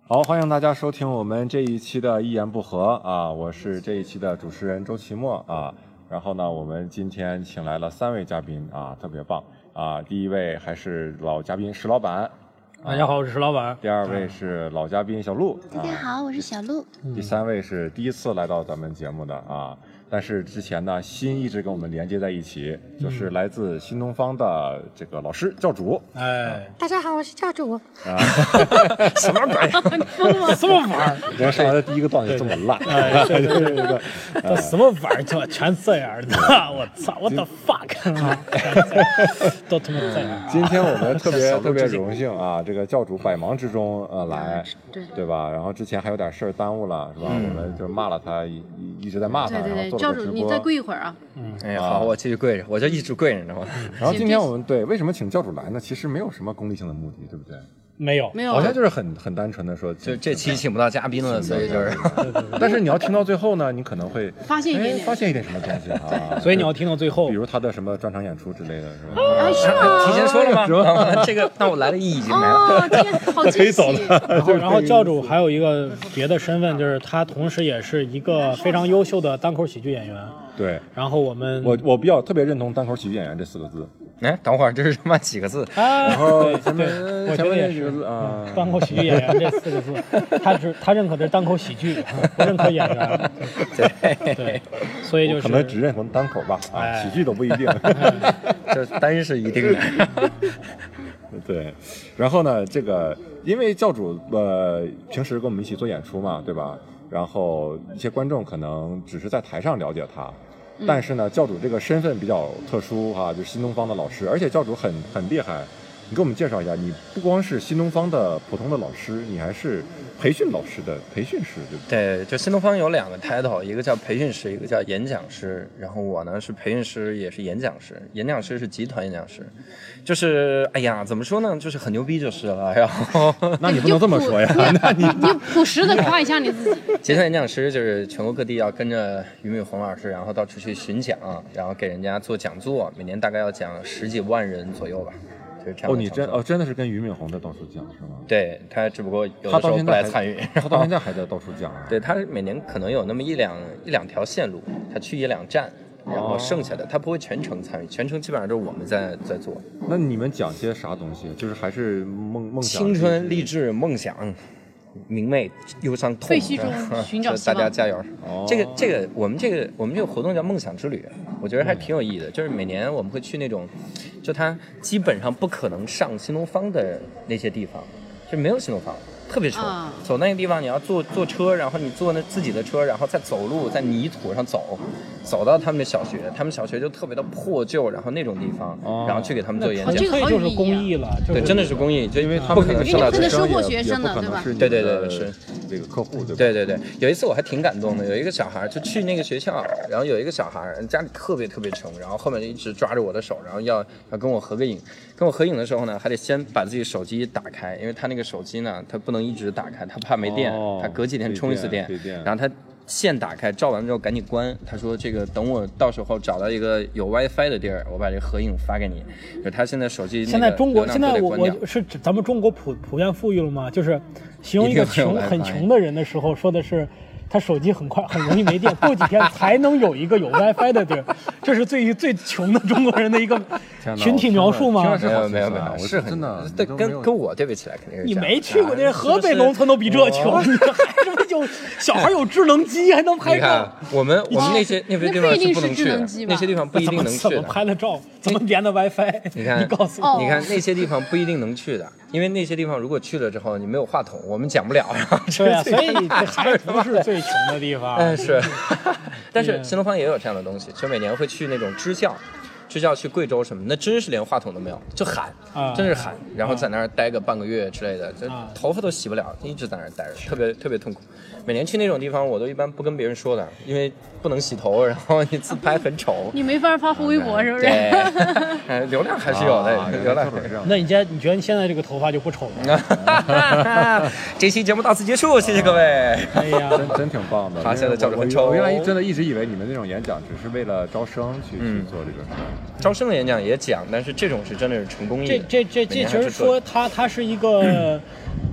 好，欢迎大家收听我们这一期的一言不合啊，我是这一期的主持人周奇墨啊。然后呢，我们今天请来了3位嘉宾啊，特别棒啊。第一位还是老嘉宾石老板， 大家好，我是石老板。 第2位是老嘉宾小鹿， 大家好，我是小鹿。 第3位是第一次来到咱们节目的啊。但是之前呢，心一直跟我们连接在一起，就是来自新东方的这个老师教主。 大家好，我是教主。 啊，什么鬼？ 什么玩意儿？ 人上来的第一个段就这么烂， 这什么玩意儿？就全这样的，我操！我的 fuck！ 都他妈这样。 今天我们特别荣幸啊，这个教主百忙之中来，对吧？然后之前还有点事儿耽误了，是吧？我们就骂了他，一直在骂他，然后做了个直播。 教主，你再跪一会儿啊。 哎呀，好，我继续跪着，我就一直跪着，你知道吗？ 然后今天我们为什么请教主来呢？其实没有什么功利性的目的，对不对？ 没有， 好像就是很单纯的说， 就这期请不到嘉宾了，所以就是。 但是你要听到最后呢，你可能会发现一点什么东西啊。 所以你要听到最后， 比如他的什么专场演出之类的，是吧？ 是吗？ 提前说了吗？这个，那我来的意义已经没了。 哦，天，好惊喜！ 可以走了。 然后教主还有一个别的身份，就是他同时也是一个非常优秀的单口喜剧演员。 对。 然后我特别认同单口喜剧演员这4个字。 哎，等会儿这是他妈几个字？ 然后前面也几个字啊？ 单口喜剧演员这4个字，他认可的是单口喜剧，不认可演员。对，所以就是可能只认同单口吧，喜剧都不一定。 这单是一定的。 对，然后呢，这个因为教主平时跟我们一起做演出嘛，对吧？然后一些观众可能只是在台上了解他。但是呢，教主这个身份比较特殊哈，就是新东方的老师，而且教主很厉害。你给我们介绍一下，你不光是新东方的普通的老师，你还是培训老师的培训师，对不对？ 对，就新东方有2个 title， 一个叫培训师，一个叫演讲师。然后我呢是培训师，也是演讲师。演讲师是集团演讲师，就是哎呀，怎么说呢，就是很牛逼就是了。然后那你不能这么说呀，那你朴实的夸一下你自己。 集团演讲师就是全国各地要跟着俞敏洪老师，然后到处去巡讲，然后给人家做讲座，每年大概要讲10几万人左右吧。 你真的是跟俞敏洪在到处讲是吗？ 对，他只不过有的时候不来参与， 他到现在还在到处讲啊。 对，他每年可能有那么一两条线路，他去1-2站，然后剩下的他不会全程参与，全程基本上都是我们在做。 那你们讲些啥东西？就是还是梦想、 青春、励志、梦想。明媚、忧伤、痛， 废墟中寻找希望。 大家加油！这个我们这个活动叫梦想之旅，我觉得还挺有意义的。就是每年我们会去那种，就它基本上不可能上新东方的那些地方，就没有新东方，特别穷。走那个地方你要坐车，然后你坐那自己的车，然后再走路在泥土上走到他们的小学，他们小学就特别的破旧，然后那种地方，然后去给他们做演讲。 这就是公益了， 对，真的是公益，就因为他们不可能上到是收获学生的，对吧？ 对，是这个客户，对。 有一次我还挺感动的，有一个小孩就去那个学校，然后有一个小孩家里特别穷，然后后面就一直抓着我的手，然后要跟我合个影。跟我合影的时候呢，还得先把自己手机打开，因为他那个手机呢，他不能一直打开，他怕没电，他隔几天充一次电，然后他线打开照完之后赶紧关。他说这个等我到时候找到一个有 WiFi 的地儿，我把这个合影发给你。就他现在手机现在中国现在我是咱们中国普遍富裕了吗？就是形容一个很穷的人的时候，说的是他手机很容易没电，过几天才能有一个有 WiFi 的地儿。这是最穷的中国人的一个群体描述吗？ 没有，是真的， 对，跟我对比起来肯定是。 你没去过那河北农村都比这穷，你这还什么有小孩有智能机还能拍照？ 我们那些地方是不能去的，那些地方不一定能去的。 怎么拍的照？怎么连的 WiFi？ 你看， 你告诉我， 你看那些地方不一定能去的，因为那些地方如果去了之后你没有话筒，我们讲不了。 对啊，所以还不是最穷的地方。 是，但是新东方也有这样的东西，就每年会去那种支教去贵州什么，那真是连话筒都没有，就喊，真是喊，然后在那儿待个半个月之类的，就头发都洗不了，一直在那儿待着，特别痛苦。每年去那种地方，我都一般不跟别人说的，因为不能洗头，然后你自拍很丑， 你没法发微博，是不是？ 对，流量还是有的，流量。 那你觉得你现在这个头发就不丑了？ 这期节目到此结束，谢谢各位。 哎呀， 真挺棒的。 发现了教主很丑。 我原来真的一直以为你们那种演讲只是为了招生去做这个事。 招生的演讲也讲，但是这种是真的是成功益。 这其实说它是一个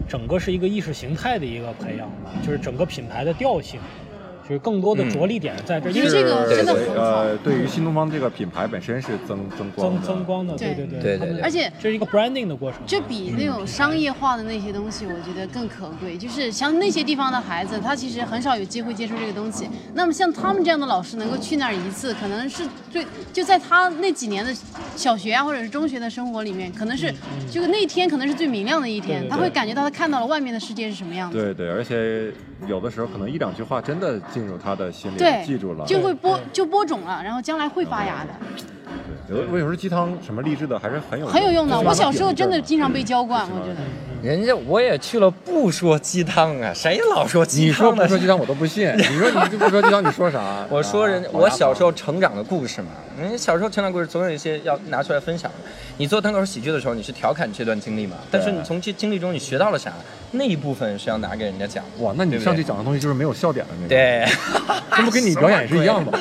整个是一个意识形态的一个培养吧，就是整个品牌的调性。就是更多的着力点在这， 因为这个真的很好。 对于新东方这个品牌本身是增光的， 对， 而且这是一个 branding 的过程， 这比那种商业化的那些东西，我觉得更可贵。就是像那些地方的孩子，他其实很少有机会接触这个东西。那么像他们这样的老师能够去那儿一次，可能是就在他那几年的小学啊或者是中学的生活里面，可能是这个那一天可能是最明亮的一天，他会感觉到他看到了外面的世界是什么样子。 对，而且有的时候可能一两句话真的进入他的心里，记住了， 就会播种了，然后将来会发芽的。 对，我有时候鸡汤什么励志的还是很有用的。我小时候真的经常被浇灌，我觉得。 人家我也去了，不说鸡汤啊，谁老说鸡汤？ 你说不说鸡汤我都不信。你说你不说鸡汤，你说啥？ 我说我小时候成长的故事嘛。人小时候成长故事总有一些要拿出来分享的。你做单口喜剧的时候，你是调侃这段经历嘛？但是你从这经历中你学到了啥？那一部分是要拿给人家讲。 哇，那你上去讲的东西就是没有笑点的那种。 对， 这不跟你表演也是一样吗？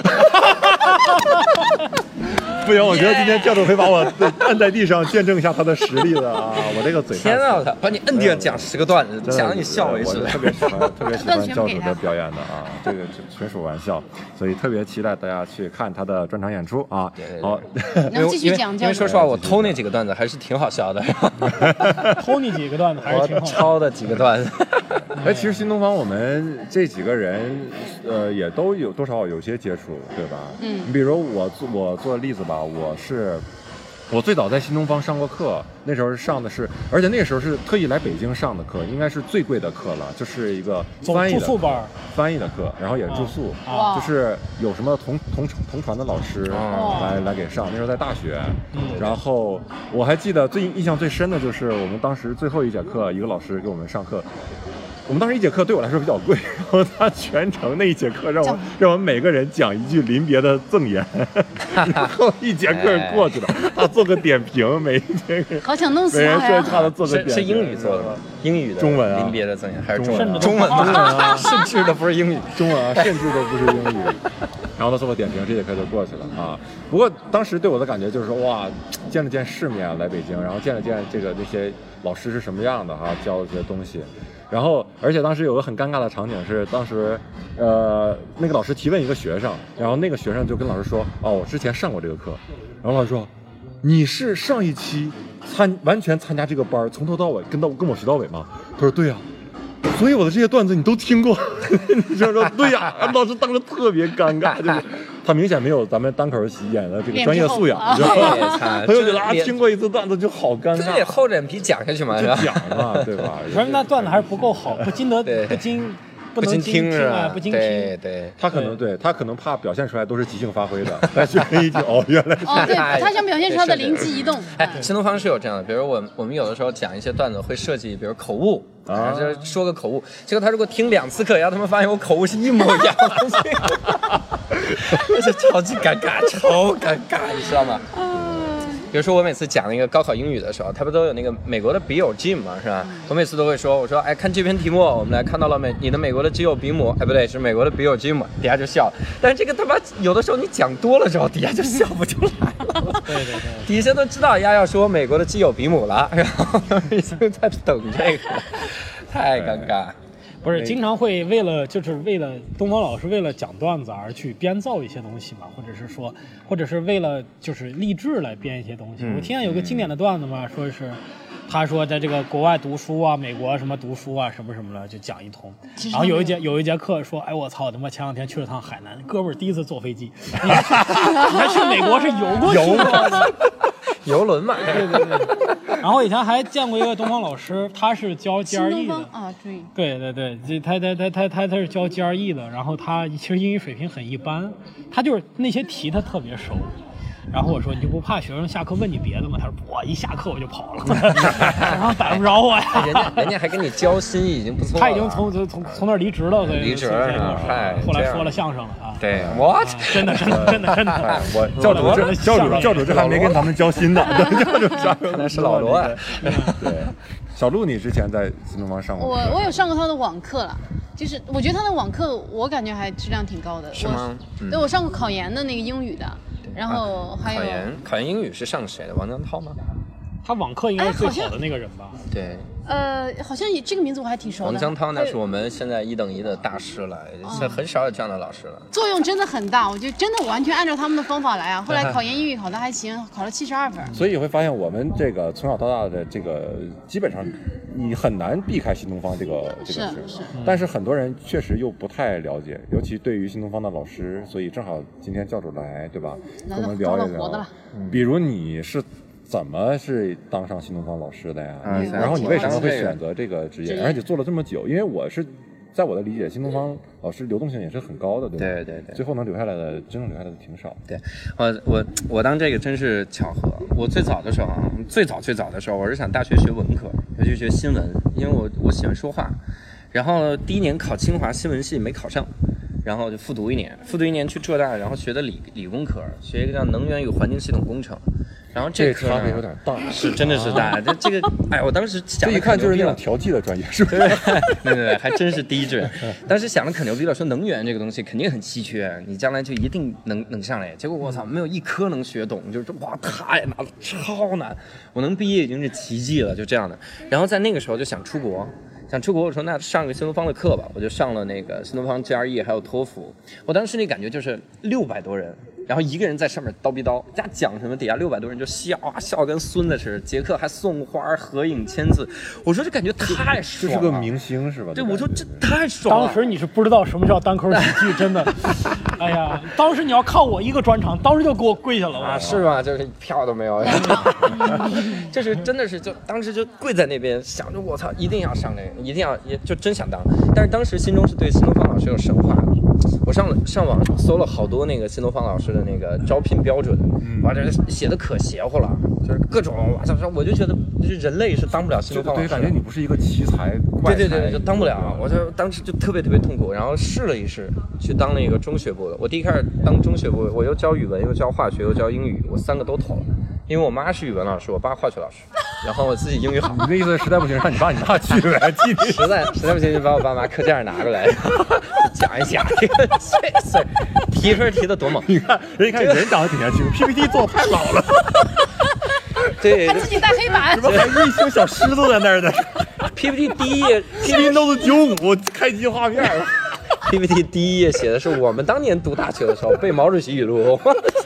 不行，我觉得今天教主会把我按在地上见证一下他的实力的啊！我这个嘴， 天啊，把你摁地上讲10个段子，讲到你笑为止。 我特别喜欢教主的表演的啊，这个纯属玩笑，所以特别期待大家去看他的专场演出啊。好， 能继续讲， 因为说实话，我偷那几个段子还是挺好笑的。 偷你几个段子还是挺好笑的。 抄的几个段子。 其实新东方我们这几个人，也都有多少有些接触，对吧？你比如我做例子吧，我最早在新东方上过课，那时候上的是，而且那个时候是特意来北京上的课，应该是最贵的课了，就是一个翻译的翻译的课，然后也住宿，就是有什么同传的老师来给上，那时候在大学，然后我还记得印象最深的就是我们当时最后一节课，一个老师给我们上课。我们当时一节课对我来说比较贵，然后他全程那一节课让我们每个人讲一句临别的赠言，然后一节课过去了，他做个点评，每一节课好想弄死每人说他的做个点评。 是英语做的吗？英语的中文啊？ 临别的赠言还是中文？ 中文啊，甚至都不是英语， 中文啊，甚至都不是英语。然后他做个点评，这节课就过去了啊。不过当时对我的感觉就是说，哇，见了见世面来北京，然后见了见那些老师是什么样的哈，教的这些东西。然后，而且当时有个很尴尬的场景是，当时，那个老师提问一个学生，然后那个学生就跟老师说，哦，我之前上过这个课，然后老师说，你是上一期完全参加这个班，从头到尾跟我学到尾吗？他说对呀。所以我的这些段子你都听过，你就说对呀，老师当时特别尴尬，就是他明显没有咱们单口演的这个专业素养，你知道吗？他就觉得听过一次段子就好尴尬， 得厚着脸皮讲下去嘛， 就讲嘛，对吧？ 说明那段子还是不够好，不经听是吧？ 不经听， 对， 他可能怕表现出来都是即兴发挥的，但是一句原来是对，他想表现出他的灵机一动。 新东方是有这样的，比如我们有的时候讲一些段子会设计，比如口误啊，就说个口误，结果他如果听2次课，然后他们发现我口误是一模一样的，这是超级尴尬，超尴尬，你知道吗？比如说我每次讲那个高考英语的时候，他不都有那个美国的笔友 Jim 嘛，是吧？我每次都会说，我说，哎，看这篇题目，我们来看到了你的美国的基友比姆，哎，不对，是美国的笔友 Jim， 底下就笑。但是这个他妈有的时候你讲多了之后，底下就笑不出来了。 对， 底下都知道要说美国的基友比姆了，然后已经在等这个，太尴尬。 不是经常会为了东方老师为了讲段子而去编造一些东西嘛，或者是为了就是励志来编一些东西。我听见有个经典的段子嘛，说是他说在这个国外读书啊，美国什么读书啊，什么什么的就讲一通。然后有一节课说，哎我操他妈前2天去了趟海南，哥们儿第一次坐飞机，你还去美国是游过去的。 游轮嘛， 对。然后以前还见过一个东方老师，他是教 GRE 的啊， 对，他是教 GRE 的，然后他其实英语水平很一般，他就是那些题他特别熟。然后我说你就不怕学生下课问你别的吗？他说我一下课我就跑了，然后逮不着我呀。 人家还跟你交心已经不错了。 他已经从那儿离职了， 离职了， 后来说了相声了啊。 对，我真的。 我教主这还没跟他们交心呢，教主上那是老罗。 对，小鹿你之前在新东方上过？ 我有上过他的网课了。就是我觉得他的网课我感觉还质量挺高的。 是吗？ 对，我上过考研的那个英语的，然后还有考研英语是上谁的？王江涛吗？ 他网课应该是最好的那个人吧？ 对。 好像这个名字我还挺熟的。 王江涛那是我们现在1等1的大师了，很少有这样的老师了。 作用真的很大，我觉得真的完全按照他们的方法来啊。后来考研英语考得还行，考了72分。 所以你会发现，我们这个从小到大的这个，基本上你很难避开新东方这个事。 是。 但是很多人确实又不太了解，尤其对于新东方的老师，所以正好今天教主来，对吧？跟我们聊一聊。比如你是怎么是当上新东方老师的呀？然后你为什么会选择这个职业，而且做了这么久？因为我是在我的理解，新东方老师流动性也是很高的，对吧？对。最后能留下来的，真正留下来的挺少。 对，我当这个真是巧合。我最早的时候，最早的时候，我是想大学学文科，尤其学新闻，因为我喜欢说话。然后第1年考清华新闻系没考上。然后就复读一年去浙大，然后学的理工科，学一个叫能源与环境系统工程。然后这个差别有点大， 是真的是大。这个，哎，我当时想这一看就是那种调剂的专业，是不是？ 对，还真是第一志。当时想的可牛逼了，说能源这个东西肯定很稀缺，你将来就一定能上来。结果我操，没有一科能学懂，就是哇太难了，超难。我能毕业已经是奇迹了，就这样的。然后在那个时候就想出国。我说那上个新东方的课吧，我就上了那个新东方 GRE 还有托福。我当时那感觉就是600多人，然后一个人在上面叨逼叨，家讲什么底下600多人就笑啊笑跟孙子似的，节课还送花合影签字。我说这感觉太爽了， 这是个明星是吧？ 对，我说这太爽了。 当时你是不知道什么叫单口喜剧，真的。哎呀，当时你要靠我一个专场，当时就给我跪下了啊！是吧？就是票都没有，就是真的是就当时就跪在那边，想着我操，一定要上那个，一定要也就真想当。但是当时心中是对新东方老师有神话的。我上网搜了好多那个新东方老师的那个招聘标准，哇，这写的可邪乎了，就是各种哇，我就觉得就是人类是当不了新东方老师的。 对，感觉你不是一个奇才怪才。 对，就当不了。我就当时就特别痛苦，然后试了一试，去当了一个中学部的。我第一开始当中学部，我又教语文，又教化学，又教英语，我3个都投了。因为我妈是语文老师，我爸化学老师，然后我自己英语好。 你的意思实在不行让你爸你妈去来替你， 实在不行就把我爸妈课件拿过来讲一讲这个提分提的多猛。 你看人长得挺年轻 ，PPT 做的太老了。 对， 他自己带黑板， 怎么还一群小狮子在那儿呢 ？PPT 第一页 ，Windows 95开机画面了。 PPT 第1页写的是我们当年读大学的时候背毛主席语录。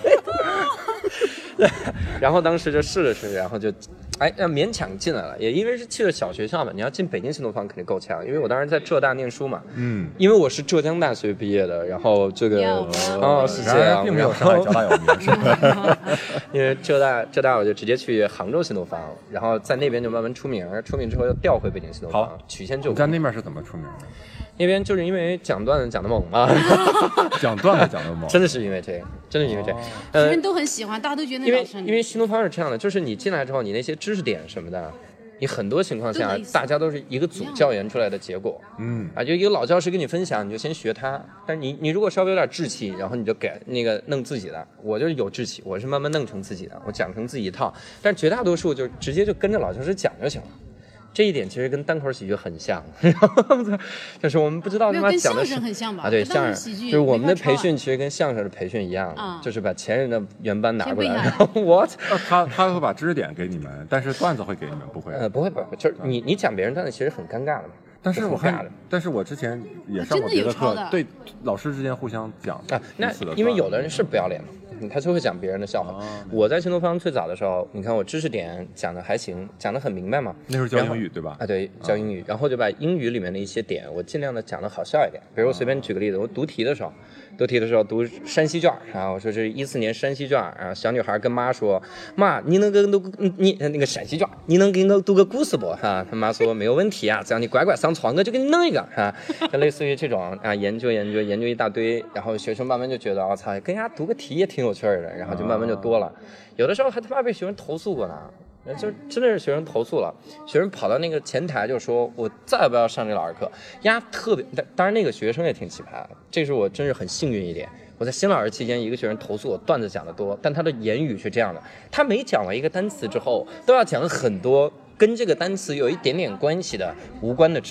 然后当时就试了试，然后就，勉强进来了。也因为是去了小学校嘛，你要进北京新东方肯定够呛。因为我当时在浙大念书嘛，因为我是浙江大学毕业的，然后这个是这样， 并没有上海交大有名，是吧？ 因为浙大我就直接去杭州新东方，然后在那边就慢慢出名之后又调回北京新东方，曲线救国。 你在那边是怎么出名的？ 那边就是因为讲段子讲得猛嘛， 讲段子讲得猛， 真的是因为这个， 学生都很喜欢，大家都觉得那老师。 因为新东方是这样的，就是你进来之后，你那些知识点什么的，你很多情况下大家都是一个组教研出来的结果。就一个老教师跟你分享，你就先学他。但是你如果稍微有点志气，然后你就给那个弄自己的。我就是有志气，我是慢慢弄成自己的，我讲成自己一套。但绝大多数就直接就跟着老教师讲就行了。这一点其实跟单口喜剧很像，就是我们不知道他妈讲的是很像吧？ 啊，对，相声就是我们的培训其实跟相声的培训一样，就是把前人的原班拿过来，然后他会把知识点给你们，但是段子会给你们，不会？ 不会，就是你讲别人段子其实很尴尬的嘛。 但是我之前也上过别的课，对老师之间互相讲啊， 那因为有的人是不要脸嘛。他就会讲别人的笑话。我在新东方最早的时候，你看我知识点讲的还行，讲的很明白嘛。 那时候教英语对吧？ 啊，对，教英语，然后就把英语里面的一些点，我尽量的讲的好笑一点。比如我随便举个例子，我读题的时候读山西卷啊，我说这是14年山西卷啊，小女孩跟妈说，妈，你能给你那个陕西卷，你能给我读个故事不？哈，他妈说没有问题啊，只要你乖乖上床，我就给你弄一个哈。就类似于这种啊，研究一大堆，然后学生慢慢就觉得我操，跟人家读个题也挺有趣的，然后就慢慢就多了。有的时候还他妈被学生投诉过呢。就真的是学生投诉了，学生跑到那个前台就说：“我再也不要上这老师课。”呀，特别，当然那个学生也挺奇葩的，这是我真是很幸运一点。我在新老师期间，一个学生投诉我段子讲得多，但他的言语是这样的：他每讲完一个单词之后，都要讲很多跟这个单词有一点点关系的无关的知识。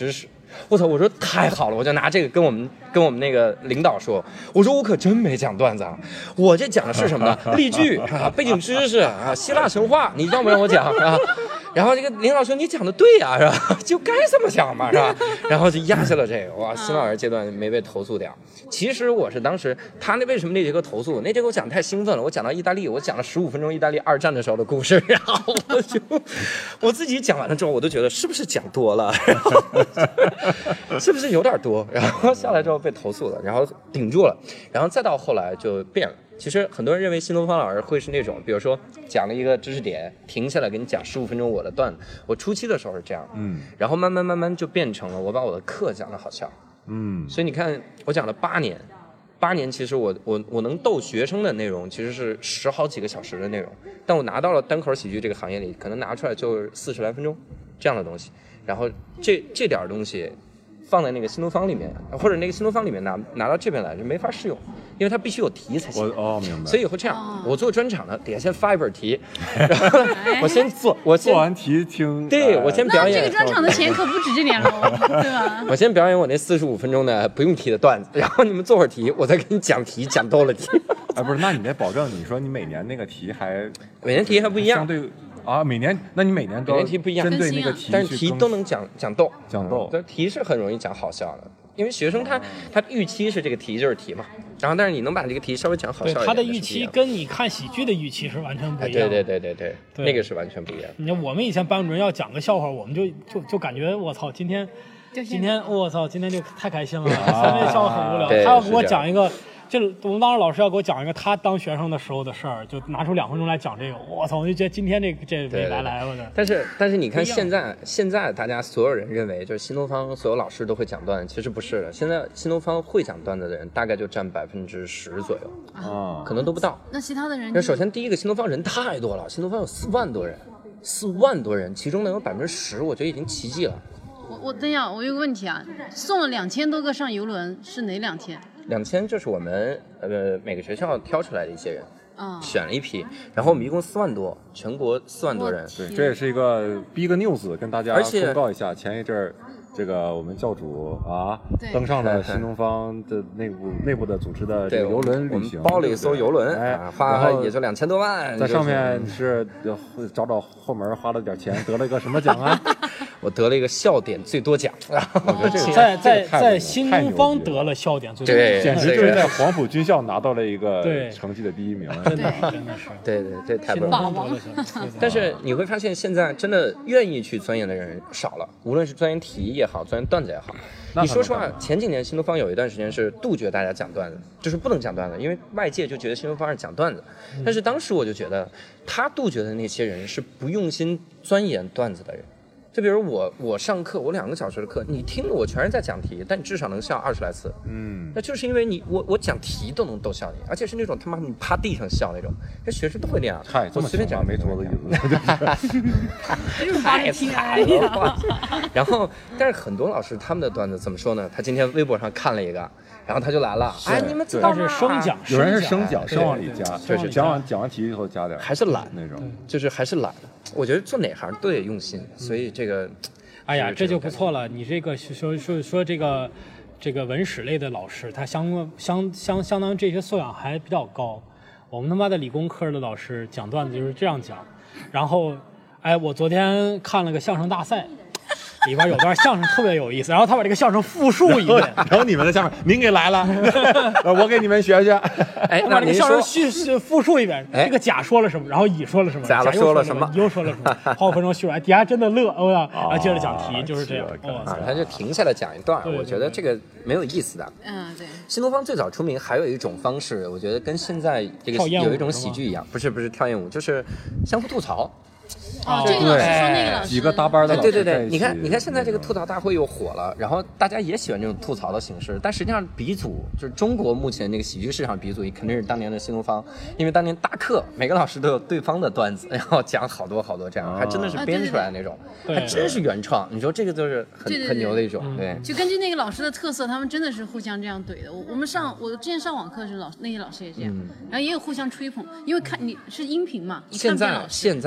我操！我说太好了，我就拿这个跟我们那个领导说，我说我可真没讲段子啊，我这讲的是什么呢？例句啊，背景知识啊，希腊神话，你让不让我讲啊？然后这个领导说你讲的对呀，是吧？就该这么讲嘛，是吧？然后就压下了这个，哇，新老师阶段没被投诉掉。其实我是当时他为什么那节课投诉？那节课我讲太兴奋了，我讲到意大利，我讲了15分钟意大利2战的时候的故事，然后我自己讲完了之后，我都觉得是不是讲多了，然后是不是有点多？然后下来之后被投诉了，然后顶住了，然后再到后来就变了。其实很多人认为新东方老师会是那种，比如说讲了一个知识点，停下来给你讲15分钟我的段子。我初期的时候是这样，然后慢慢就变成了我把我的课讲得好笑，所以你看我讲了8年，其实我能逗学生的内容其实是10好几个小时的内容，但我拿到了单口喜剧这个行业里，可能拿出来就40来分钟这样的东西，然后这点东西放在那个新东方里面，或者那个新东方里面拿到这边来就没法适用，因为它必须有题才行。 明白。 所以会这样，我做专场呢，底下先发一本题，然后我先做完题听。 对，我先表演。 那这个专场的钱可不止这点喽，对吧？ 我先表演我那45分钟的不用题的段子，然后你们做会儿题，我再给你讲题，讲逗了题。 不是，那你得保证，你说你每年那个题每年题还不一样， 相对。每年，那你每年都每年题不一样， 针对那个题， 但是题都能讲逗， 但题是很容易讲好笑的，因为学生他预期是这个题就是题嘛，然后但是你能把这个题稍微讲好笑一点， 他的预期跟你看喜剧的预期是完全不一样的。 对，那个是完全不一样。 你看我们以前班主任要讲个笑话，我们就感觉我操，今天我操，今天就太开心了，因为笑话很无聊。他要给我讲一个。就我们当时老师要给我讲一个他当学生的时候的事儿，就拿出2分钟来讲这个，我操！我就觉得今天这没白来了的。 但是你看现在大家所有人认为就是新东方所有老师都会讲段子，其实不是的。现在新东方会讲段子的人大概就占10%左右可能都不到。 那其他的人？ 那首先第一个，新东方人太多了，新东方有4万多人，其中能有10%，我觉得已经奇迹了。 我等一下，我有个问题啊，送了2000多个上游轮，是哪2天 ？2000这是我们每个学校挑出来的一些人，选了一批，然后我们一共4万多，全国4万多人。 对，这也是一个 big news， 跟大家公告一下。前一阵儿，这个我们教主登上了新东方的内部的组织的这个游轮旅行， 我们包了一艘游轮，花也就2000多万， 在上面是找后门花了点钱，得了一个什么奖啊？ 我得了一个笑点最多奖， 在新东方得了笑点最多， 对， 简直就是在黄埔军校拿到了一个成绩的第1名， 真的是， 对，这太不容易了。但是你会发现，现在真的愿意去钻研的人少了，无论是钻研题也好，钻研段子也好。你说实话，前几年新东方有一段时间是杜绝大家讲段子，就是不能讲段子，因为外界就觉得新东方是讲段子。但是当时我就觉得，他杜绝的那些人是不用心钻研段子的人。就比如我上课，我2个小时的课，你听的我全是在讲题，但你至少能笑20来次。那就是因为我讲题都能逗笑你，而且是那种他妈你趴地上笑那种，这学生都会那样。我随便讲没桌子椅子， 太惨了。然后，但是很多老师他们的段子怎么说呢？他今天微博上看了一个，然后他就来了。你们知道是升讲， 有人是升讲，升往里加，就是讲完题以后加点， 还是懒那种， 就是还是懒。我觉得做哪行都得用心，所以这个， 哎呀，这就不错了。你这个说这个文史类的老师，他相当于这些素养还比较高。我们他妈的理工科的老师讲段子就是这样讲，然后，我昨天看了个相声大赛。里边有段相声特别有意思，然后他把这个相声复述一遍， 然后你们的下面您给来了，我给你们学学。 把这个相声复述一遍，这个甲说了什么，然后乙说了什么， 甲说了什么， 乙又说了什么，好分钟叙述来，底下真的乐，然后接着讲题，就是这样。 他就停下来讲一段，我觉得这个没有意思的。 对。 新东方最早出名还有一种方式，我觉得跟现在这个有一种喜剧一样，不是跳艳舞，就是相互吐槽。 这个老师说那个老师几个搭班的老师，对，你看现在这个吐槽大会又火了，然后大家也喜欢这种吐槽的形式，但实际上鼻祖就是中国目前那个喜剧市场鼻祖，肯定是当年的新东方，因为当年大课每个老师都有对方的段子，然后讲好多这样，还真的是编出来那种，还真是原创。你说这个就是很牛的一种，对。 就根据那个老师的特色，他们真的是互相这样怼的。我之前上网课的时候，那些老师也这样，然后也有互相吹捧，因为看你是音频嘛， 现在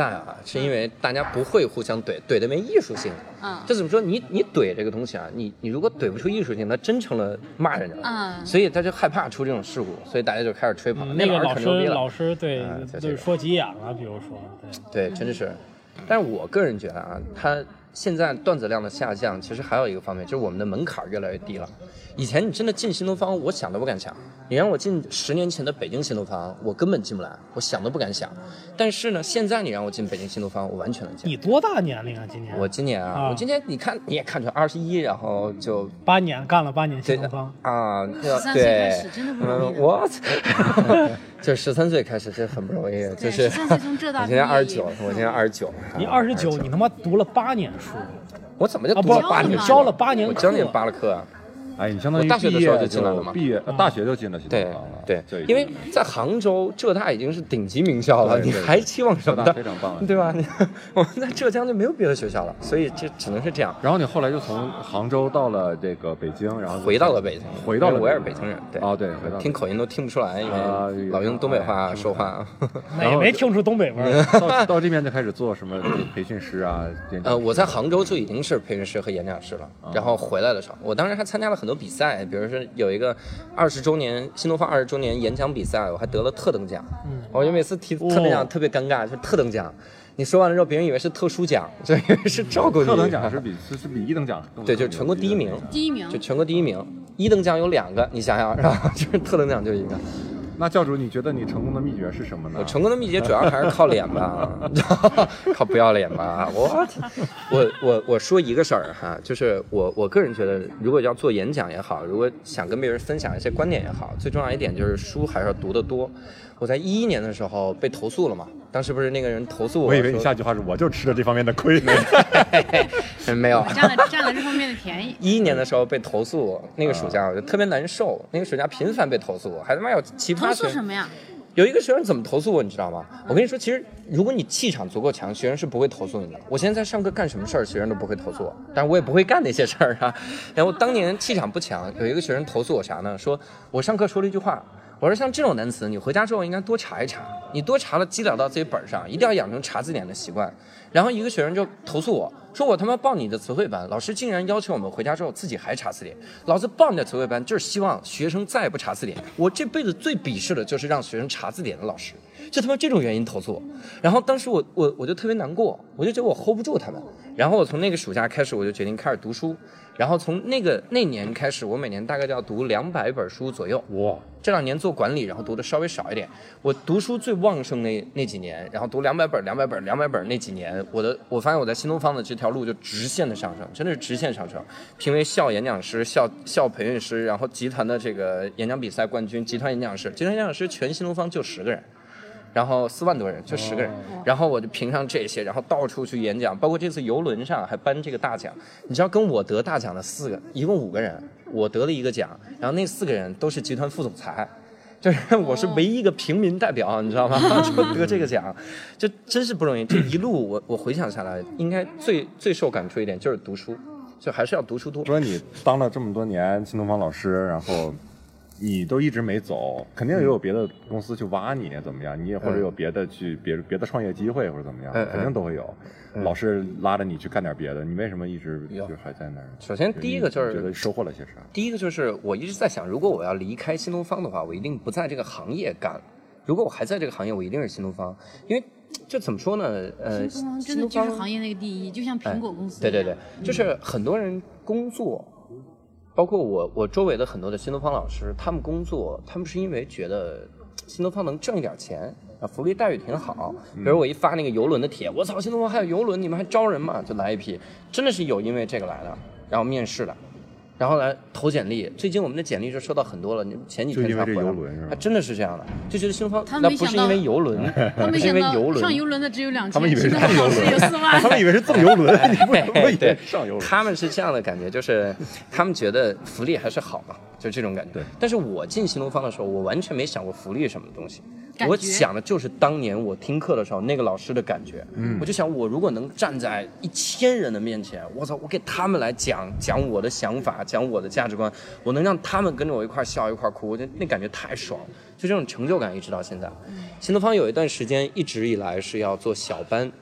是因为大家不会互相怼的没艺术性。这怎么说？你怼这个东西啊，你如果怼不出艺术性，那真成了骂人了。所以他就害怕出这种事故，所以大家就开始吹捧。 那个老师对，就是说急眼了，比如说对，真是。但是我个人觉得啊，他现在段子量的下降，其实还有一个方面，就是我们的门槛越来越低了。以前你真的进新东方，我想都不敢想。你让我进10年前的北京新东方，我根本进不来，我想都不敢想。但是呢，现在你让我进北京新东方，我完全能进。 你多大年龄啊？今年？ 我今年啊，我今年你看你也看出来21，然后就 8年干了8年新东方啊， 13岁开始真的不容易。 我就13岁开始，这很不容易。就是 13岁从浙大毕业， 我今年29。 你29，你他妈读了8年书。 我怎么就读了8年？ 你教了8年课， 我教你8了课啊。 哎，你相当于大学的时候就进来了吗？ 大学就进了新东方了。 对，因为在杭州，浙大已经是顶级名校了，你还期望什么的？ 非常棒， 对吧？我们在浙江就没有别的学校了，所以这只能是这样。 然后你后来就从杭州到了这个北京，然后回到了北京，我也是北京人。对， 哦对，回到听口音都听不出来，因为老用东北话说话。 也没听出东北味儿。 到这边就开始做什么培训师啊？ 我在杭州就已经是培训师和演讲师了，然后回来的时候，我当时还参加了很多比赛，比如说有一个20周年新东方20周年演讲比赛，我还得了特等奖。我就每次提特等奖特别尴尬，就是特等奖，你说完了之后，别人以为是特殊奖，就以为是照顾你。 特等奖是比1等奖对，就是全国第一名，就全国第一名。1等奖有2个，你想想是吧？就是特等奖就1个。 那教主，你觉得你成功的秘诀是什么呢？ 我成功的秘诀主要还是靠脸吧，靠不要脸吧。我说一个事儿哈，就是我个人觉得，如果要做演讲也好，如果想跟别人分享一些观点也好，最重要一点就是书还是要读得多。我在2011年的时候被投诉了嘛，当时不是那个人投诉我， 我以为你下句话是我就吃了这方面的亏。 没有， 占了这方面的便宜。 2011年的时候被投诉，那个暑假我就特别难受，那个暑假频繁被投诉，还他妈有奇葩。 投诉什么呀？ 有一个学生怎么投诉我，你知道吗？我跟你说，其实如果你气场足够强，学生是不会投诉你的。我现在在上课干什么事儿，学生都不会投诉我，但是我也不会干那些事儿啊。然后当年气场不强，有一个学生投诉我啥呢？说我上课说了一句话。我说像这种单词，你回家之后应该多查一查，你多查了积累到自己本上，一定要养成查字典的习惯。然后一个学生就投诉我说，我他妈报你的词汇班，老师竟然要求我们回家之后自己还查字典。老子报你的词汇班就是希望学生再也不查字典。我这辈子最鄙视的就是让学生查字典的老师，就他妈这种原因投诉我。然后当时我就特别难过，我就觉得我 hold 不住他们。然后我从那个暑假开始，我就决定开始读书。然后从那年开始，我每年大概就要读200本书左右。哇！这2年做管理，然后读的稍微少一点。我读书最旺盛那几年，然后读200本那几年，我发现我在新东方的这条路就直线的上升，真的是直线上升。评为校演讲师、校培训师，然后集团的这个演讲比赛冠军，集团演讲师全新东方就10个人。然后4万多人，就10个人，然后我就评上这些，然后到处去演讲，包括这次游轮上还颁这个大奖。你知道跟我得大奖的一共5个人，我得了1个奖，然后那4个人都是集团副总裁，就是我是唯一一个平民代表，你知道吗？就得这个奖，就真是不容易。这一路我回想下来，应该最受感触一点就是读书，就还是要读书多。 说你当了这么多年新东方老师，然后你都一直没走，肯定也有别的公司去挖你，怎么样？你也或者有别的别的创业机会或者怎么样，肯定都会有。老师拉着你去干点别的，你为什么一直就还在那儿？ 首先第一个就是觉得收获了些啥？ 第一个就是我一直在想，如果我要离开新东方的话，我一定不在这个行业干。如果我还在这个行业，我一定是新东方，因为这怎么说呢？ 新东方真的就是行业那个第一，就像苹果公司。 对，就是很多人工作。包括我周围的很多的新东方老师，他们工作，他们是因为觉得新东方能挣一点钱啊，福利待遇挺好。比如我一发那个游轮的帖，我操，新东方还有游轮，你们还招人吗？就来一批，真的是有因为这个来的，然后面试的，然后来投简历。最近我们的简历就收到很多了，前几天才回来，还真的是这样的，就觉得新东方那不是因为游轮，不是因为游轮， 上游轮的只有2000， 他们以为是赠游轮， 有4万， 他们以为是赠游轮，你不以为上游轮？ 他们是这样的感觉，就是他们觉得福利还是好嘛，就这种感觉。对。但是我进新东方的时候，我完全没想过福利什么东西，我想的就是当年我听课的时候那个老师的感觉。我就想，我如果能站在1000人的面前，我操，我给他们来讲我的想法，讲我的价值观，我能让他们跟着我一块笑一块哭，我觉得那感觉太爽，就这种成就感一直到现在。新东方有一段时间一直以来是要做小班。比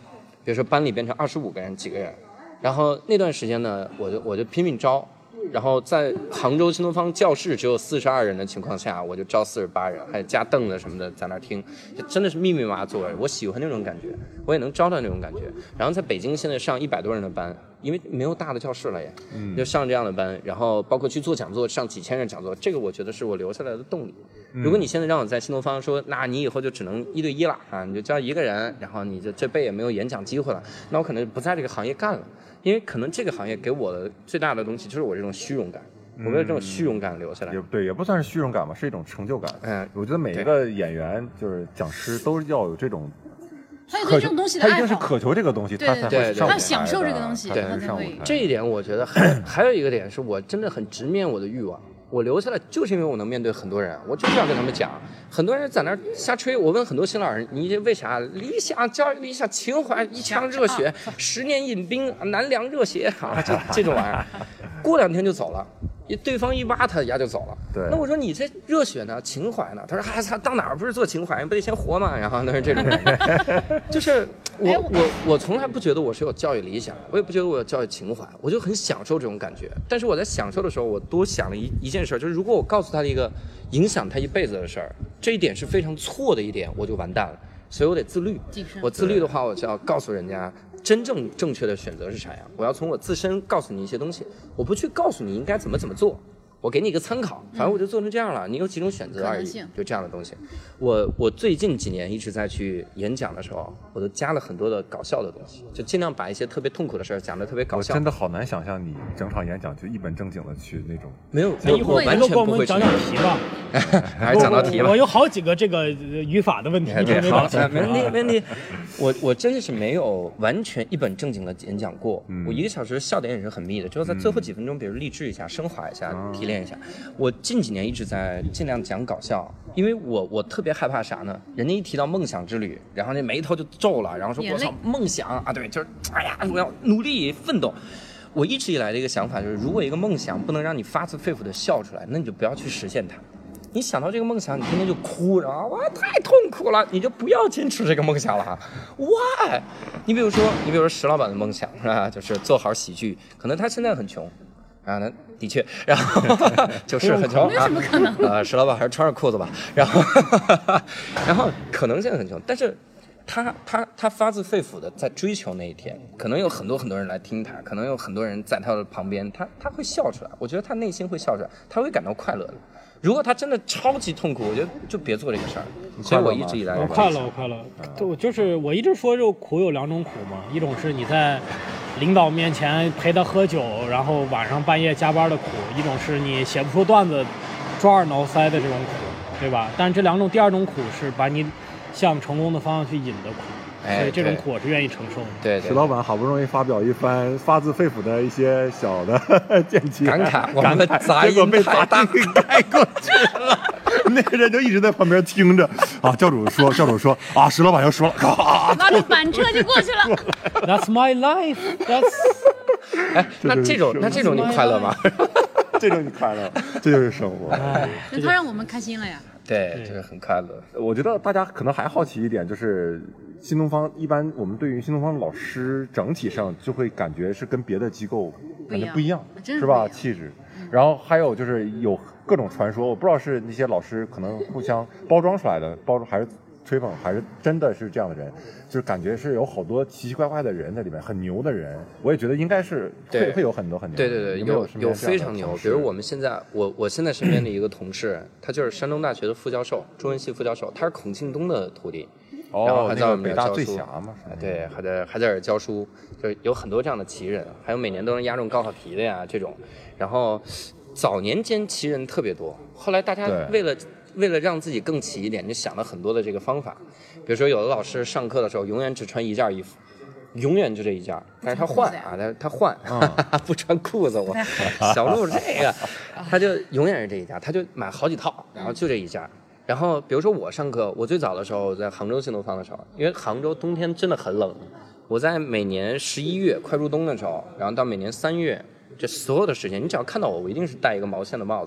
比如说班里变成25个人几个人，然后那段时间呢，我就拼命招。然后在杭州新东方教室只有42人的情况下，我就招48人，还加凳子什么的在那儿听，真的是密密麻麻坐着。我喜欢那种感觉，我也能招到那种感觉。然后在北京现在上100多人的班，因为没有大的教室了也，就上这样的班，然后包括去做讲座，上几千人讲座，这个我觉得是我留下来的动力。如果你现在让我在新东方说，那你以后就只能1对1了啊，你就教一个人，然后你就这辈也没有演讲机会了，那我可能不在这个行业干了。因为可能这个行业给我的最大的东西就是我这种虚荣感，我为了这种虚荣感留下来。 也不算是虚荣感吧，是一种成就感。我觉得每一个演员就是讲师都要有这种， 他有对这种东西的爱好， 他一定是渴求这个东西，他才会上舞台的， 他享受这个东西，他才会。 这一点我觉得还有一个点是我真的很直面我的欲望。我留下来就是因为我能面对很多人，我就是要跟他们讲。很多人在那儿瞎吹，我问很多新老师，你为啥理想教育理想情怀一腔热血，10年饮冰难凉热血啊，这种玩意儿，过2天就走了。对方一挖他丫就走了。 对， 那我说你这热血呢，情怀呢？他说哎操，到哪儿不是做情怀，不得先活嘛？然后那是这种感觉，就是我从来不觉得我是有教育理想，我也不觉得我有教育情怀，我就很享受这种感觉。但是我在享受的时候，我多想了一件事，就是如果我告诉他一个影响他一辈子的事儿，这一点是非常错的一点，我就完蛋了。所以我得自律。我自律的话，我就要告诉人家真正正确的选择是啥呀？我要从我自身告诉你一些东西，我不去告诉你应该怎么做，我给你一个参考，反正我就做成这样了，你有几种选择而已，就这样的东西。我最近几年一直在去演讲的时候，我都加了很多的搞笑的东西，就尽量把一些特别痛苦的事讲得特别搞笑。 我真的好难想象你整场演讲就一本正经的去那种。 没有，我完全不会讲讲题吧。 还是讲到题了。 我有好几个这个语法的问题， 没问题。我真的是没有完全一本正经的演讲过。我1个小时笑点也是很密的，只有在最后几分钟，比如励志一下、升华一下、提炼一下。我近几年一直在尽量讲搞笑，因为我特别害怕啥呢？人家一提到梦想之旅，然后那眉头就皱了，然后说我操梦想啊，对，就是哎呀，我要努力奋斗。我一直以来的一个想法就是，如果一个梦想不能让你发自肺腑的笑出来，那你就不要去实现它。你想到这个梦想，你天天就哭，然后哇太痛苦了，你就不要坚持这个梦想了哈。Why？ 你比如说石老板的梦想是吧，就是做好喜剧，可能他现在很穷。啊，那的确，然后就是很穷啊，没可能石老板还是穿着裤子吧，然后可能现在很穷，但是他发自肺腑的在追求那一天，可能有很多人来听他，可能有很多人在他的旁边，他会笑出来，我觉得他内心会笑出来，他会感到快乐的。如果他真的超级痛苦，我觉得就别做这个事儿。所以我一直以来我快乐，就是我一直说这苦有2种苦嘛，一种是你在领导面前陪他喝酒，然后晚上半夜加班的苦；一种是你写不出段子，抓耳挠腮的这种苦，对吧？但是这2种，第2种苦是把你向成功的方向去引的苦。所以这种苦我是愿意承受的。 对， 石老板好不容易发表一番发自肺腑的一些小的见解， 感慨， 结果被杂音给盖过去了。那个人就一直在旁边听着啊，教主说啊，石老板又说了， 拿着板车就过去了。 That's my life. That's 哎，那这种你快乐吗？ 这种你快乐，这就是生活。 那他让我们开心了呀。 对，就是很快乐。 我觉得大家可能还好奇一点，就是新东方一般我们对于新东方的老师整体上就会感觉是跟别的机构感觉不一样，是吧？气质。然后还有就是有各种传说，我不知道是那些老师可能互相包装出来的，还是吹捧，还是真的是这样的人，就是感觉是有好多奇奇怪怪的人在里面，很牛的人。我也觉得应该是会有很多很牛的人。 对，有非常牛。比如我们现在我现在身边的一个同事，他就是山东大学的副教授，中文系副教授，他是孔庆东的徒弟。然后还在我们这儿教书， 北大最侠嘛， 对，还在这儿教书，就有很多这样的奇人，还有每年都能押中高考题的呀这种。然后早年间奇人特别多，后来大家为了让自己更奇一点，就想了很多的这个方法。比如说有的老师上课的时候永远只穿一件衣服，永远就这一件，但是他换啊，他换，不穿裤子。我小鹿这个，他就永远是这一件，他就买好几套，然后就这一件。然后比如说我上课，我最早的时候在杭州新东方的时候，因为杭州冬天真的很冷，我在每年11月快入冬的时候，然后到每年3月，这所有的时间，你只要看到我一定是戴一个毛线的帽子，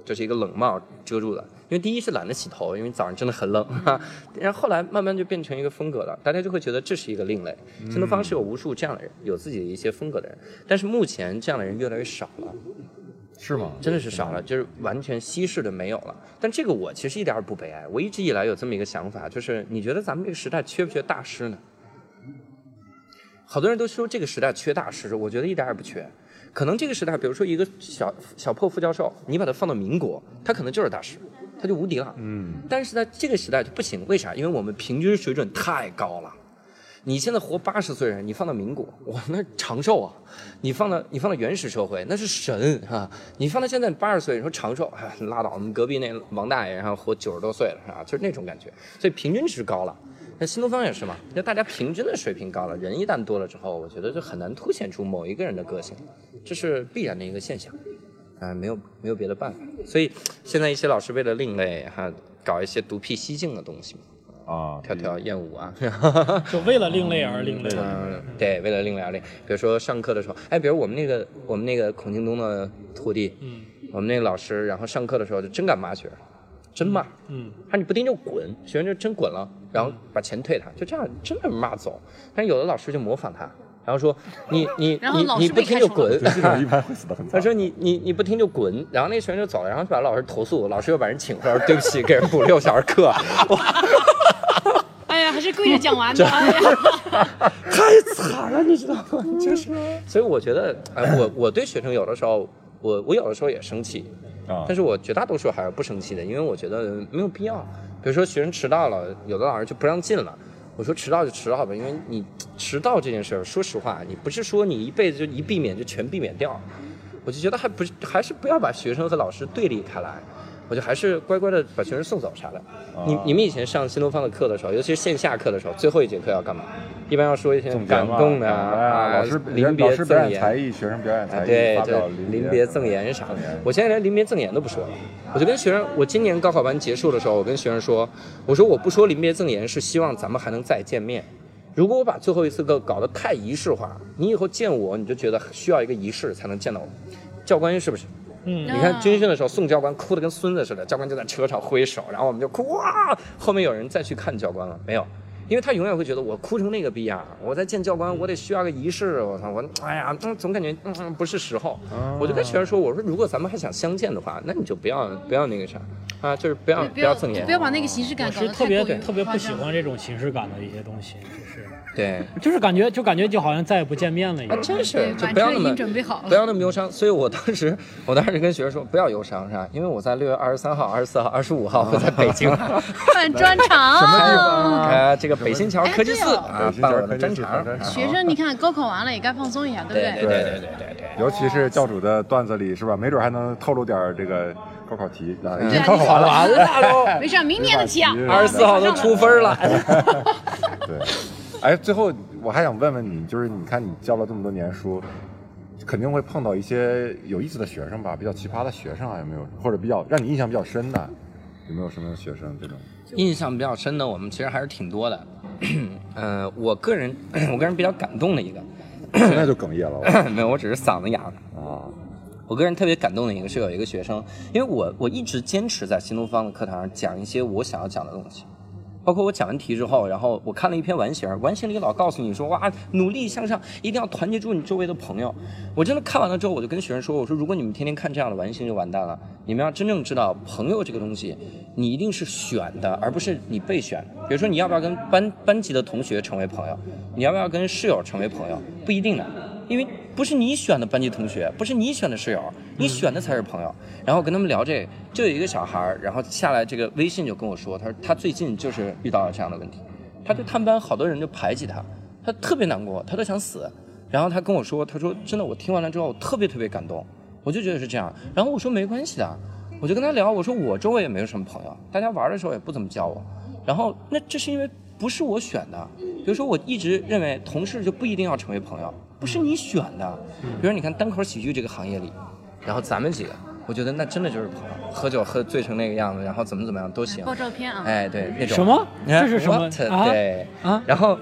就是一个冷帽遮住的。因为第一是懒得洗头，因为早上真的很冷然后后来慢慢就变成一个风格了，大家就会觉得这是一个另类。新东方是有无数这样的人，有自己的一些风格的人，但是目前这样的人越来越少了。 是吗？ 真的是少了，就是完全稀释的没有了。但这个我其实一点也不悲哀，我一直以来有这么一个想法，就是你觉得咱们这个时代缺不缺大师呢？好多人都说这个时代缺大师，我觉得一点也不缺。可能这个时代，比如说一个小破副教授，你把他放到民国，他可能就是大师，他就无敌了。但是在这个时代就不行，为啥？因为我们平均水准太高了。你现在活80岁人，你放到民国，哇，那长寿啊！你放到原始社会，那是神啊！你放到现在80岁，你说长寿，拉倒。我们隔壁那王大爷，然后活90多岁了，是吧？就是那种感觉。所以平均值高了。那新东方也是嘛，就大家平均的水平高了，人一旦多了之后，我觉得就很难凸显出某一个人的个性，这是必然的一个现象。没有别的办法。所以现在一些老师为了另类搞一些独辟蹊径的东西嘛。跳艳舞啊， 就为了另类而另类。 对，为了另类而另。比如说上课的时候，比如我们那个孔庆东的徒弟，我们那个老师，然后上课的时候就真敢骂学生，真骂，你不听就滚，学生就真滚了，然后把钱退他，就这样真的骂走。但是有的老师就模仿他，然后说你不听就滚， 一般会死得很惨。 他说你不听就滚，然后那学生就走了，然后就把老师投诉，老师又把人请回来，说对不起，给人补6小时课。 哎呀，还是跪着讲完的， 太惨了，你知道吗？就是，所以我觉得，我对学生有的时候，我有的时候也生气，但是我绝大多数还是不生气的，因为我觉得没有必要。比如说学生迟到了，有的老师就不让进了，我说迟到就迟到吧，因为你迟到这件事，说实话，你不是说你一辈子就一避免就全避免掉，我就觉得还是不要把学生和老师对立开来。我就还是乖乖的把学生送走啥的。你们以前上新东方的课的时候，尤其是线下课的时候，最后一节课要干嘛？一般要说一些感动的老师临别赠言， 才艺，学生表演才艺， 对，临别赠言啥的。我现在连临别赠言都不说了，我就跟学生，我今年高考班结束的时候，我跟学生说，我说我不说临别赠言是希望咱们还能再见面。如果我把最后一次课搞得太仪式化，你以后见我你就觉得需要一个仪式才能见到我。教官是不是？你看军训的时候送教官哭得跟孙子似的，教官就在车上挥手，然后我们就哭哇，后面有人再去看教官了没有？因为他永远会觉得我哭成那个逼样，我在见教官我得需要个仪式，我操，哎呀，总感觉不是时候。我就跟学生说，我说如果咱们还想相见的话，那你就不要那个啥就是不要赠言， 不要把那个形式感搞得特别不喜欢这种形式感的一些东西， 对， 就是感觉就好像再也不见面了一样。 真是，就不要那么忧伤。所以我当时跟学生说，不要忧伤，是吧？因为我在6月23号、24号、25号会在北京办专场。 什么地方？ 这个北新桥科技寺办我的专场。 学生，你看高考完了也该放松一下，对不对？ 对。尤其是教主的段子里，是吧？没准还能透露点这个高考题啊，已经高考完了都。 没事，明年的题啊 ，24号都出分了。 对，最后我还想问问你，就是你看你教了这么多年书，肯定会碰到一些有意思的学生吧，比较奇葩的学生有没有？或者比较让你印象比较深的，有没有什么学生这种？ 印象比较深的，我们其实还是挺多的。我个人比较感动的一个， 现在就哽咽了。 没有，我只是嗓子哑了我个人特别感动的一个是有一个学生，因为我一直坚持在新东方的课堂上讲一些我想要讲的东西。包括我讲完题之后，然后我看了一篇完形里老告诉你说，哇，努力向上，一定要团结住你周围的朋友。我真的看完了之后，我就跟学生说，我说如果你们天天看这样的完形就完蛋了。你们要真正知道朋友这个东西，你一定是选的，而不是你被选。比如说你要不要跟班级的同学成为朋友，你要不要跟室友成为朋友，不一定的。因为不是你选的班级同学，不是你选的室友，你选的才是朋友。然后跟他们聊这个，就有一个小孩，然后下来这个微信就跟我说，他说他最近就是遇到了这样的问题，他对他们班好多人就排挤他，他特别难过，他都想死。然后他跟我说，他说真的，我听完了之后我特别感动，我就觉得是这样。然后我说没关系的，我就跟他聊，我说我周围也没有什么朋友，大家玩的时候也不怎么教我。然后那这是因为不是我选的，比如说我一直认为同事就不一定要成为朋友，不是你选的。比如你看单口喜剧这个行业里，然后咱们几个，我觉得那真的就是朋友，喝酒喝醉成那个样子，然后怎么样都行， 爆照片啊， 对那种什么这是什么对然后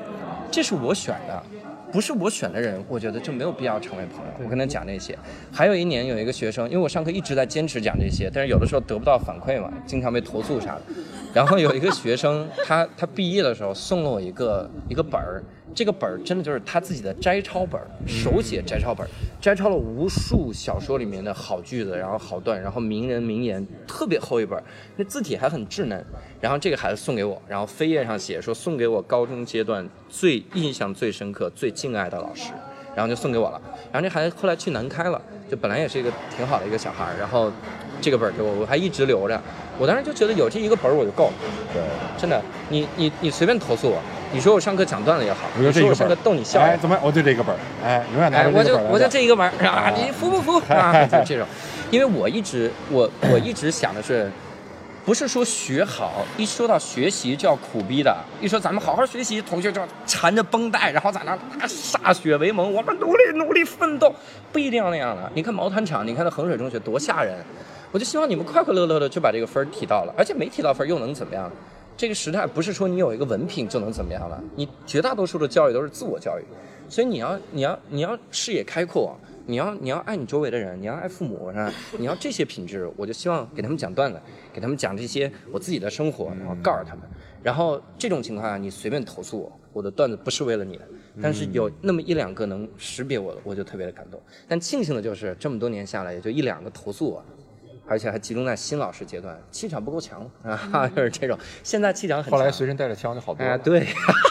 这是我选的。不是我选的人，我觉得就没有必要成为朋友。我跟他讲这些。还有一年有一个学生，因为我上课一直在坚持讲这些，但是有的时候得不到反馈嘛，经常被投诉啥的。然后有一个学生，他毕业的时候送了我一个本儿，这个本儿真的就是他自己的摘抄本，手写摘抄本，摘抄了无数小说里面的好句子，然后好段，然后名人名言，特别厚一本，那字体还很稚嫩。然后这个孩子送给我，然后扉页上写说送给我高中阶段最印象最深刻、最敬爱的老师，然后就送给我了。然后这孩子后来去南开了，就本来也是一个挺好的一个小孩，然后这个本给我还一直留着。我当时就觉得有这一个本我就够了。 对， 真的，你随便投诉我，你说我上课讲段子也好，你说我上课逗你笑， 哎，怎么我就这个本，哎，永远拿着这个本， 我就这一个本啊，你服不服啊？就这种，因为我一直想的是。不是说学好，一说到学习就要苦逼的，一说咱们好好学习，同学就要缠着绷带，然后在那歃血为盟，我们努力奋斗，不一定要那样的。你看毛坦厂，你看那衡水中学多吓人，我就希望你们快快乐乐的就把这个分提到了，而且没提到分又能怎么样？这个时代不是说你有一个文凭就能怎么样了，你绝大多数的教育都是自我教育，所以你要视野开阔。你要爱你周围的人，你要爱父母，是吧？你要这些品质，我就希望给他们讲段子，给他们讲这些我自己的生活，然后告诉他们。然后这种情况下，你随便投诉我的段子不是为了你的，但是有那么一两个能识别我的，我就特别的感动。但庆幸的就是这么多年下来，也就一两个投诉我，而且还集中在新老师阶段，气场不够强啊，就是这种。现在气场很强， 后来随身带着枪就好多了。 对。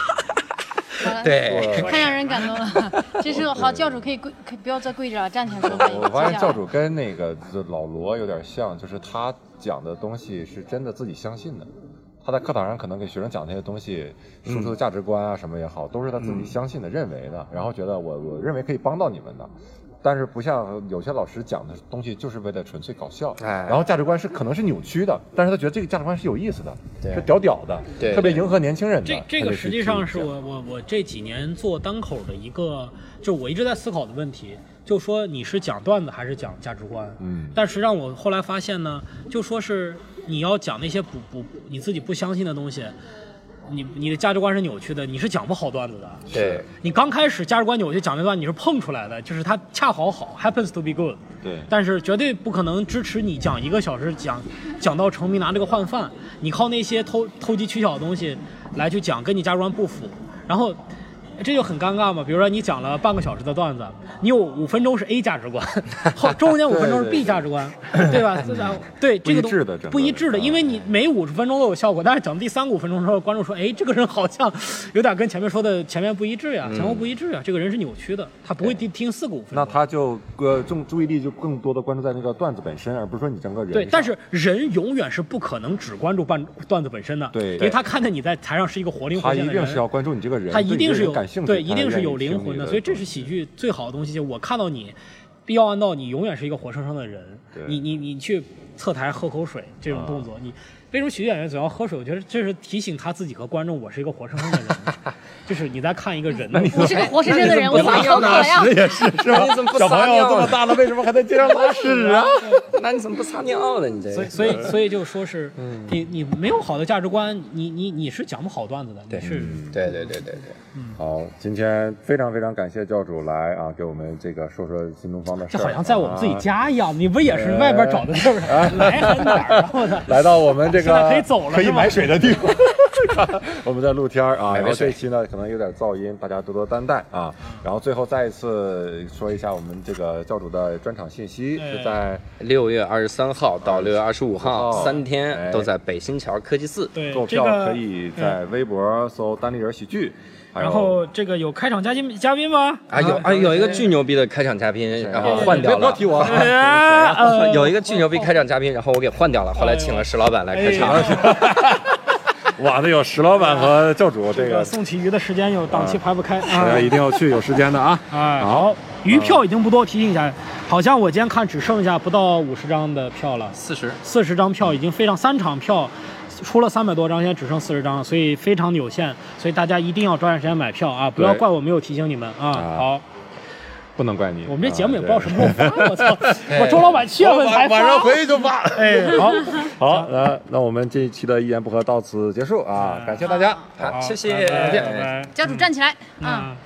对， 太让人感动了。这时候好，教主可以不要再跪着了，站起来说话。 我发现教主跟那个老罗有点像，就是他讲的东西是真的自己相信的。他在课堂上可能给学生讲那些东西，输出的价值观啊什么也好，都是他自己相信的、认为的，然后觉得我认为可以帮到你们的。但是不像有些老师讲的东西就是为了纯粹搞笑，然后价值观可能是扭曲的，但是他觉得这个价值观是有意思的，是屌的，特别迎合年轻人的。 这个实际上是我这几年做单口的一个，就我一直在思考的问题，就说你是讲段子还是讲价值观？但实际上我后来发现呢，就说是你要讲那些你自己不相信的东西。你的价值观是扭曲的，你是讲不好段子的。 对， 你刚开始价值观扭曲讲那段你是碰出来的，就是它恰好 happens to be good。 对， 但是绝对不可能支持你讲1个小时讲到成名拿这个换饭，你靠那些投机取巧的东西来去讲跟你价值观不符，然后这就很尴尬嘛。比如说你讲了半个小时的段子，你有5分钟是 A 价值观，中间5分钟是 B 价值观，对吧？对，这个不一致的，因为你每50分钟都有效果，但是讲第3、5分钟的时候，观众说，哎，这个人好像有点跟前面说的前面不一致呀，前后不一致呀，这个人是扭曲的，他不会听4个5分钟。 那他就注意力就更多的关注在那个段子本身，而不是说你整个人。 对，但是人永远是不可能只关注段子本身的， 对， 因为他看见你在台上是一个活灵活现的人， 他一定是要关注你这个人， 他一定是有对， 一定是有灵魂的，所以这是喜剧最好的东西。就我看到你，必要按到你永远是一个活生生的人。你去侧台喝口水这种动作，你为什么喜剧演员总要喝水？我觉得这是提醒他自己和观众，我是一个活生生的人。就是你在看一个人， 我是个活生生的人，我咋口渴了呀？ 也是吧？ 你怎么不小朋友这么大了，为什么还在街上拉屎啊？ 那你怎么不撒尿呢？你这所以就说是你没有好的价值观，你是讲不好段子的。 对， 是， 对。 好，今天非常非常感谢教主来啊，给我们这个说新东方的事。 这好像在我们自己家一样，你不也是外边找的，是不是？来很哪儿？然后来到我们这个可以走了， 可以买水的地方。我们在露天啊，然后这期呢可能有点噪音，大家多多担待啊。然后最后再一次说一下我们这个教主的专场信息，是在 6月23号到6月25号3天都在北新桥科技4。 对， 购票可以在微博搜单立人喜剧。 然后这个有开场嘉宾吗？ 有一个巨牛逼的开场嘉宾，然后换掉了。 不要提我。 有一个巨牛逼开场嘉宾，然后我给换掉了，后来请了石老板来开场。 哇，那有石老板和教主这个宋启瑜的时间有档期排不开， 大家一定要去，有时间的啊。 好，余票已经不多，提醒一下，好像我今天看只剩下不到50张的票了，40张票已经非常，3场票出了300多张，现在只剩40张，所以非常有限，所以大家一定要抓紧时间买票啊！不要怪我没有提醒你们啊。好。 不能怪你。 我们这节目也不知道什么时候发，我操！我周老板7月份才发， 晚上回去就发。 哎， 好，那我们这一期的一言不合到此结束啊，感谢大家， 好，谢谢， 拜拜。 教主站起来，